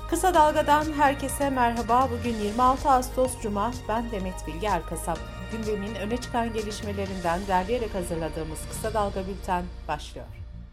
Kısa Dalga'dan herkese merhaba. Bugün 26 Ağustos Cuma. Ben Demet Bilge Erkasap. Gündemin öne çıkan gelişmelerinden derleyerek hazırladığımız Kısa Dalga bülten başlıyor.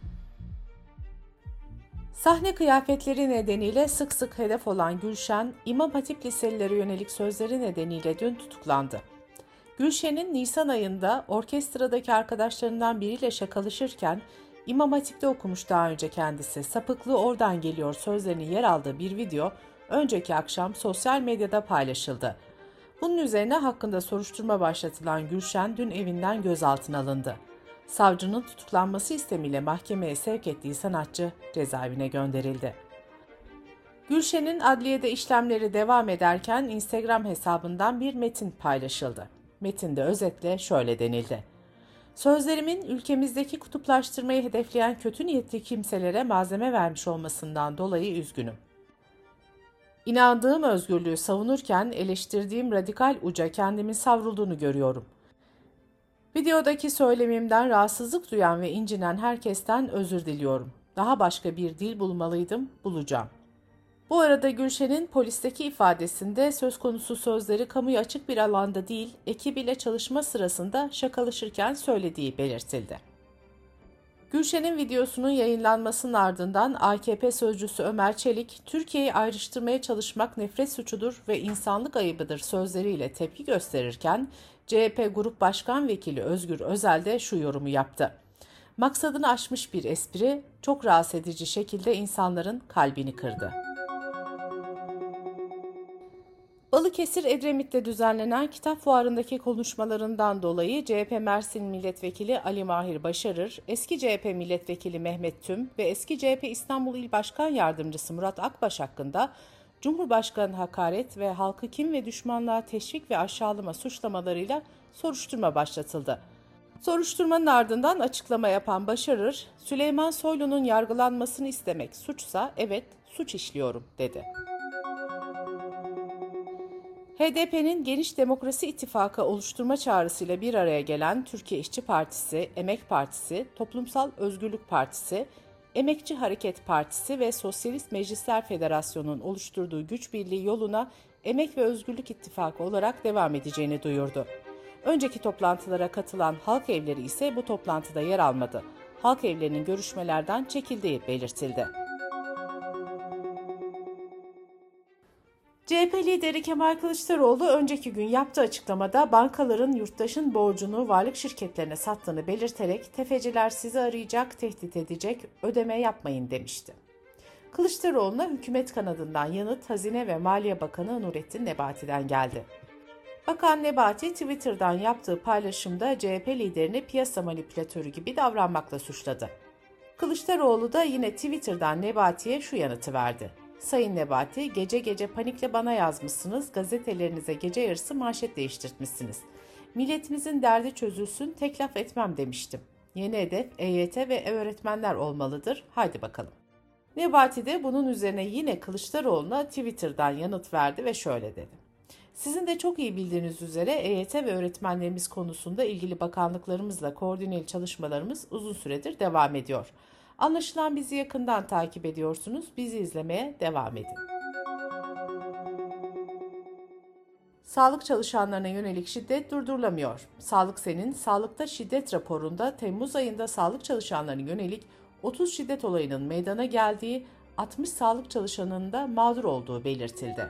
Sahne kıyafetleri nedeniyle sık sık hedef olan Gülşen, İmam Hatip liselilere yönelik sözleri nedeniyle dün tutuklandı. Gülşen'in Nisan ayında orkestradaki arkadaşlarından biriyle şakalaşırken İmam Hatip'te okumuş daha önce kendisi. Sapıklığı oradan geliyor sözlerinin yer aldığı bir video önceki akşam sosyal medyada paylaşıldı. Bunun üzerine hakkında soruşturma başlatılan Gülşen dün evinden gözaltına alındı. Savcının tutuklanması istemiyle mahkemeye sevk ettiği sanatçı cezaevine gönderildi. Gülşen'in adliyede işlemleri devam ederken Instagram hesabından bir metin paylaşıldı. Metinde özetle şöyle denildi: "Sözlerimin ülkemizdeki kutuplaştırmayı hedefleyen kötü niyetli kimselere malzeme vermiş olmasından dolayı üzgünüm. İnandığım özgürlüğü savunurken eleştirdiğim radikal uca kendimin savrulduğunu görüyorum. Videodaki söylemimden rahatsızlık duyan ve incinen herkesten özür diliyorum. Daha başka bir dil bulmalıydım, bulacağım." Bu arada Gülşen'in polisteki ifadesinde söz konusu sözleri kamuya açık bir alanda değil, ekibiyle çalışma sırasında şakalaşırken söylediği belirtildi. Gülşen'in videosunun yayınlanmasının ardından AKP sözcüsü Ömer Çelik, "Türkiye'yi ayrıştırmaya çalışmak nefret suçudur ve insanlık ayıbıdır" sözleriyle tepki gösterirken, CHP Grup Başkan Vekili Özgür Özel de şu yorumu yaptı: "Maksadını aşmış bir espri, çok rahatsız edici şekilde insanların kalbini kırdı." Balıkesir Edremit'te düzenlenen kitap fuarındaki konuşmalarından dolayı CHP Mersin Milletvekili Ali Mahir Başarır, eski CHP Milletvekili Mehmet Tüm ve eski CHP İstanbul İl Başkan Yardımcısı Murat Akbaş hakkında Cumhurbaşkanı hakaret ve halkı kin ve düşmanlığa teşvik ve aşağılama suçlamalarıyla soruşturma başlatıldı. Soruşturmanın ardından açıklama yapan Başarır, "Süleyman Soylu'nun yargılanmasını istemek suçsa evet suç işliyorum" dedi. HDP'nin Geniş Demokrasi İttifakı oluşturma çağrısıyla bir araya gelen Türkiye İşçi Partisi, Emek Partisi, Toplumsal Özgürlük Partisi, Emekçi Hareket Partisi ve Sosyalist Meclisler Federasyonu'nun oluşturduğu güç birliği yoluna Emek ve Özgürlük İttifakı olarak devam edeceğini duyurdu. Önceki toplantılara katılan Halk Evleri ise bu toplantıda yer almadı. Halk Evleri'nin görüşmelerden çekildiği belirtildi. CHP lideri Kemal Kılıçdaroğlu önceki gün yaptığı açıklamada bankaların yurttaşın borcunu varlık şirketlerine sattığını belirterek "Tefeciler sizi arayacak, tehdit edecek, ödeme yapmayın" demişti. Kılıçdaroğlu'na hükümet kanadından yanıt Hazine ve Maliye Bakanı Nurettin Nebati'den geldi. Bakan Nebati Twitter'dan yaptığı paylaşımda CHP liderini piyasa manipülatörü gibi davranmakla suçladı. Kılıçdaroğlu da yine Twitter'dan Nebati'ye şu yanıtı verdi: "Sayın Nebati, gece gece panikle bana yazmışsınız, gazetelerinize gece yarısı manşet değiştirtmişsiniz. Milletimizin derdi çözülsün, tek laf etmem demiştim. Yeni hedef EYT ve öğretmenler olmalıdır, haydi bakalım." Nebati de bunun üzerine yine Kılıçdaroğlu'na Twitter'dan yanıt verdi ve şöyle dedi: "Sizin de çok iyi bildiğiniz üzere EYT ve öğretmenlerimiz konusunda ilgili bakanlıklarımızla koordineli çalışmalarımız uzun süredir devam ediyor. Anlaşılan bizi yakından takip ediyorsunuz, bizi izlemeye devam edin." Sağlık çalışanlarına yönelik şiddet durdurulamıyor. Sağlık Sen'in sağlıkta şiddet raporunda Temmuz ayında sağlık çalışanlarına yönelik 30 şiddet olayının meydana geldiği, 60 sağlık çalışanının da mağdur olduğu belirtildi.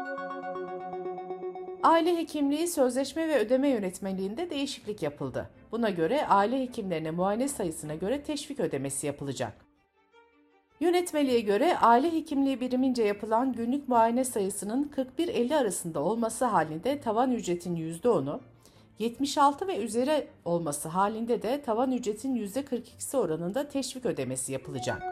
Aile hekimliği sözleşme ve ödeme yönetmeliğinde değişiklik yapıldı. Buna göre aile hekimlerine muayene sayısına göre teşvik ödemesi yapılacak. Yönetmeliğe göre aile hekimliği birimince yapılan günlük muayene sayısının 41-50 arasında olması halinde tavan ücretin %10'u, 76 ve üzeri olması halinde de tavan ücretin %42'si oranında teşvik ödemesi yapılacak.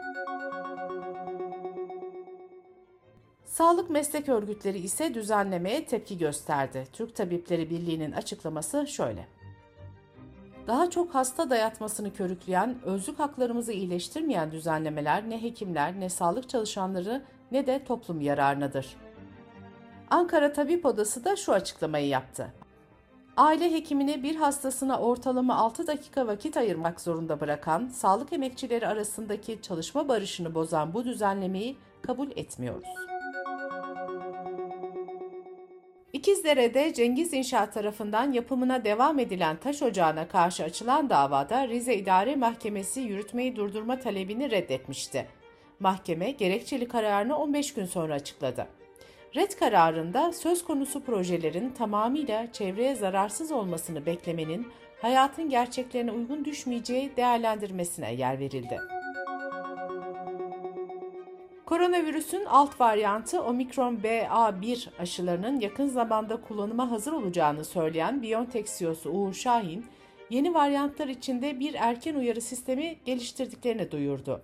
Sağlık meslek örgütleri ise düzenlemeye tepki gösterdi. Türk Tabipleri Birliği'nin açıklaması şöyle: "Daha çok hasta dayatmasını körükleyen, özlük haklarımızı iyileştirmeyen düzenlemeler ne hekimler, ne sağlık çalışanları ne de toplum yararınadır." Ankara Tabip Odası da şu açıklamayı yaptı: "Aile hekimine bir hastasına ortalama 6 dakika vakit ayırmak zorunda bırakan, sağlık emekçileri arasındaki çalışma barışını bozan bu düzenlemeyi kabul etmiyoruz." İkizdere'de Cengiz İnşaat tarafından yapımına devam edilen taş ocağına karşı açılan davada Rize İdare Mahkemesi yürütmeyi durdurma talebini reddetmişti. Mahkeme gerekçeli kararını 15 gün sonra açıkladı. Red kararında söz konusu projelerin tamamıyla çevreye zararsız olmasını beklemenin hayatın gerçeklerine uygun düşmeyeceği değerlendirmesine yer verildi. Koronavirüsün alt varyantı Omikron BA.1 aşılarının yakın zamanda kullanıma hazır olacağını söyleyen BioNTech CEO'su Uğur Şahin, yeni varyantlar içinde bir erken uyarı sistemi geliştirdiklerini duyurdu.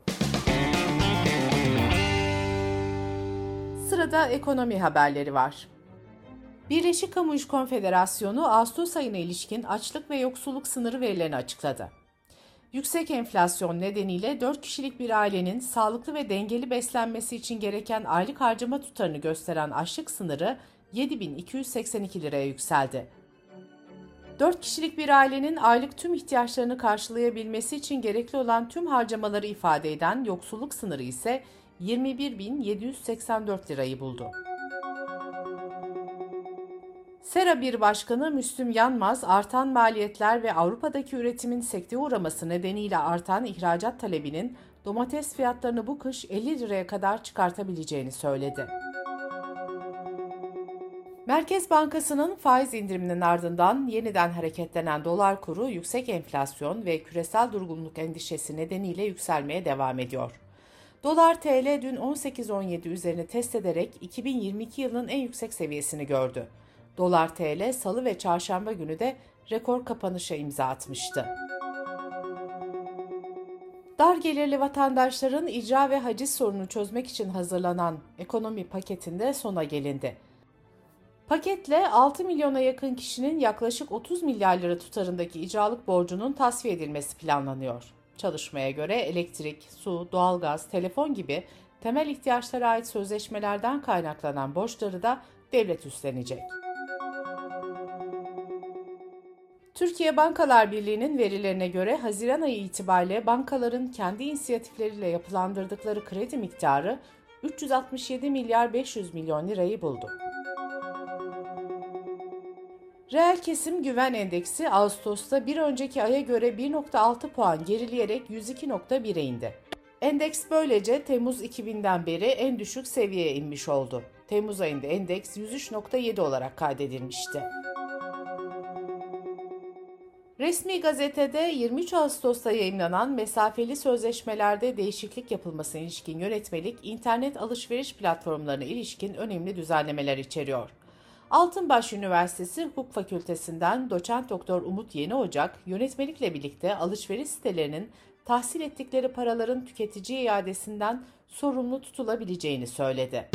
Sırada ekonomi haberleri var. Birleşik Kamu İş Konfederasyonu Ağustos ayına ilişkin açlık ve yoksulluk sınırı verilerini açıkladı. Yüksek enflasyon nedeniyle 4 kişilik bir ailenin sağlıklı ve dengeli beslenmesi için gereken aylık harcama tutarını gösteren açlık sınırı 7.282 liraya yükseldi. 4 kişilik bir ailenin aylık tüm ihtiyaçlarını karşılayabilmesi için gerekli olan tüm harcamaları ifade eden yoksulluk sınırı ise 21.784 lirayı buldu. Sera 1 Başkanı Müslüm Yanmaz, artan maliyetler ve Avrupa'daki üretimin sekteye uğraması nedeniyle artan ihracat talebinin domates fiyatlarını bu kış 50 liraya kadar çıkartabileceğini söyledi. Merkez Bankası'nın faiz indiriminin ardından yeniden hareketlenen dolar kuru yüksek enflasyon ve küresel durgunluk endişesi nedeniyle yükselmeye devam ediyor. Dolar TL dün 18.17 üzerini test ederek 2022 yılının en yüksek seviyesini gördü. Dolar TL Salı ve Çarşamba günü de rekor kapanışa imza atmıştı. Dar gelirli vatandaşların icra ve haciz sorununu çözmek için hazırlanan ekonomi paketinde sona gelindi. Paketle 6 milyona yakın kişinin yaklaşık 30 milyar lira tutarındaki icralık borcunun tasfiye edilmesi planlanıyor. Çalışmaya göre elektrik, su, doğalgaz, telefon gibi temel ihtiyaçlara ait sözleşmelerden kaynaklanan borçları da devlet üstlenecek. Türkiye Bankalar Birliği'nin verilerine göre Haziran ayı itibariyle bankaların kendi inisiyatifleriyle yapılandırdıkları kredi miktarı 367 milyar 500 milyon lirayı buldu. Reel kesim güven endeksi Ağustos'ta bir önceki aya göre 1.6 puan gerileyerek 102.1'e indi. Endeks böylece Temmuz 2000'den beri en düşük seviyeye inmiş oldu. Temmuz ayında endeks 103.7 olarak kaydedilmişti. Resmi gazetede 23 Ağustos'ta yayımlanan mesafeli sözleşmelerde değişiklik yapılmasına ilişkin yönetmelik, internet alışveriş platformlarına ilişkin önemli düzenlemeler içeriyor. Altınbaş Üniversitesi Hukuk Fakültesinden Doçent Doktor Umut Yeniocak, yönetmelikle birlikte alışveriş sitelerinin tahsil ettikleri paraların tüketici iadesinden sorumlu tutulabileceğini söyledi.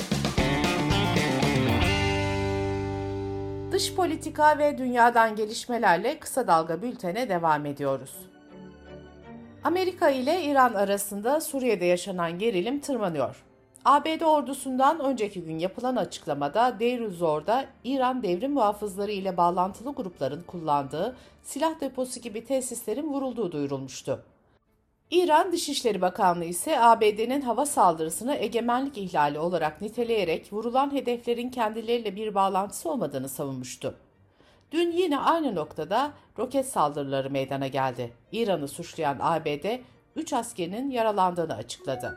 Dış politika ve dünyadan gelişmelerle kısa dalga bültene devam ediyoruz. Amerika ile İran arasında Suriye'de yaşanan gerilim tırmanıyor. ABD ordusundan önceki gün yapılan açıklamada Deir ez-Zor'da İran devrim muhafızları ile bağlantılı grupların kullandığı silah deposu gibi tesislerin vurulduğu duyurulmuştu. İran Dışişleri Bakanlığı ise ABD'nin hava saldırısını egemenlik ihlali olarak niteleyerek vurulan hedeflerin kendileriyle bir bağlantısı olmadığını savunmuştu. Dün yine aynı noktada roket saldırıları meydana geldi. İran'ı suçlayan ABD, 3 askerinin yaralandığını açıkladı.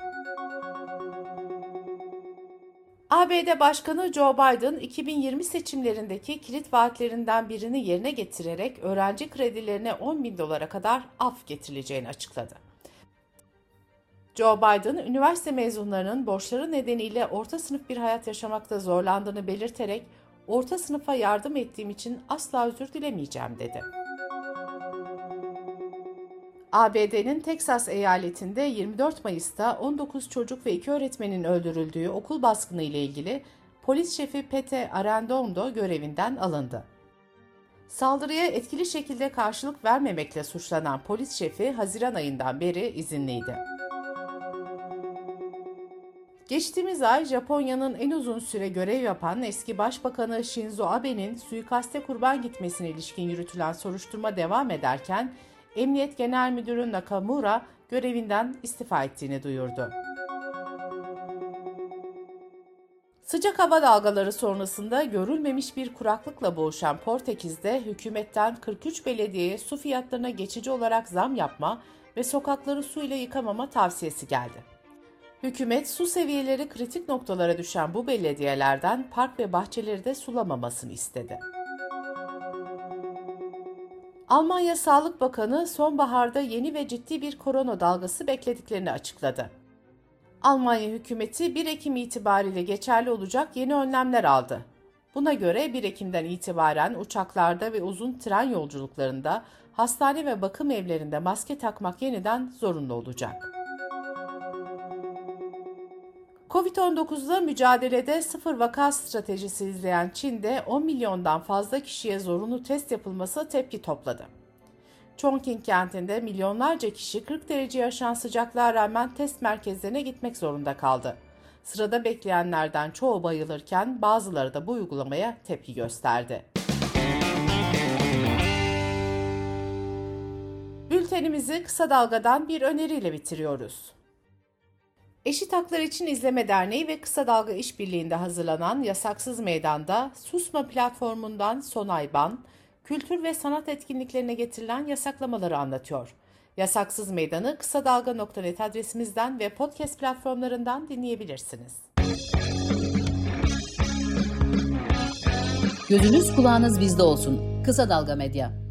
ABD Başkanı Joe Biden, 2020 seçimlerindeki kilit vaatlerinden birini yerine getirerek öğrenci kredilerine $10.000 kadar af getirileceğini açıkladı. Joe Biden, üniversite mezunlarının borçları nedeniyle orta sınıf bir hayat yaşamakta zorlandığını belirterek, orta sınıfa yardım ettiğim için asla özür dilemeyeceğim dedi. ABD'nin Teksas eyaletinde 24 Mayıs'ta 19 çocuk ve 2 öğretmenin öldürüldüğü okul baskını ile ilgili polis şefi Pete Arredondo görevinden alındı. Saldırıya etkili şekilde karşılık vermemekle suçlanan polis şefi Haziran ayından beri izinliydi. Geçtiğimiz ay Japonya'nın en uzun süre görev yapan eski Başbakanı Shinzo Abe'nin suikaste kurban gitmesine ilişkin yürütülen soruşturma devam ederken, Emniyet Genel Müdürü Nakamura görevinden istifa ettiğini duyurdu. Sıcak hava dalgaları sonrasında görülmemiş bir kuraklıkla boğuşan Portekiz'de hükümetten 43 belediyeye su fiyatlarına geçici olarak zam yapma ve sokakları su ile yıkamama tavsiyesi geldi. Hükümet su seviyeleri kritik noktalara düşen bu belediyelerden park ve bahçeleri de sulamamasını istedi. Almanya Sağlık Bakanı sonbaharda yeni ve ciddi bir korona dalgası beklediklerini açıkladı. Almanya hükümeti 1 Ekim itibariyle geçerli olacak yeni önlemler aldı. Buna göre 1 Ekim'den itibaren uçaklarda ve uzun tren yolculuklarında, hastane ve bakım evlerinde maske takmak yeniden zorunlu olacak. Covid-19'la mücadelede sıfır vaka stratejisi izleyen Çin'de 10 milyondan fazla kişiye zorunlu test yapılması tepki topladı. Chongqing kentinde milyonlarca kişi 40 dereceye aşan sıcaklığa rağmen test merkezlerine gitmek zorunda kaldı. Sırada bekleyenlerden çoğu bayılırken bazıları da bu uygulamaya tepki gösterdi. Bültenimizi kısa dalgadan bir öneriyle bitiriyoruz. Eşit Haklar İçin İzleme Derneği ve Kısa Dalga İşbirliği'nde hazırlanan Yasaksız Meydan'da Susma platformundan Sonay Ban, kültür ve sanat etkinliklerine getirilen yasaklamaları anlatıyor. Yasaksız Meydan'ı kısadalga.net adresimizden ve podcast platformlarından dinleyebilirsiniz. Gözünüz kulağınız bizde olsun. Kısa Dalga Medya.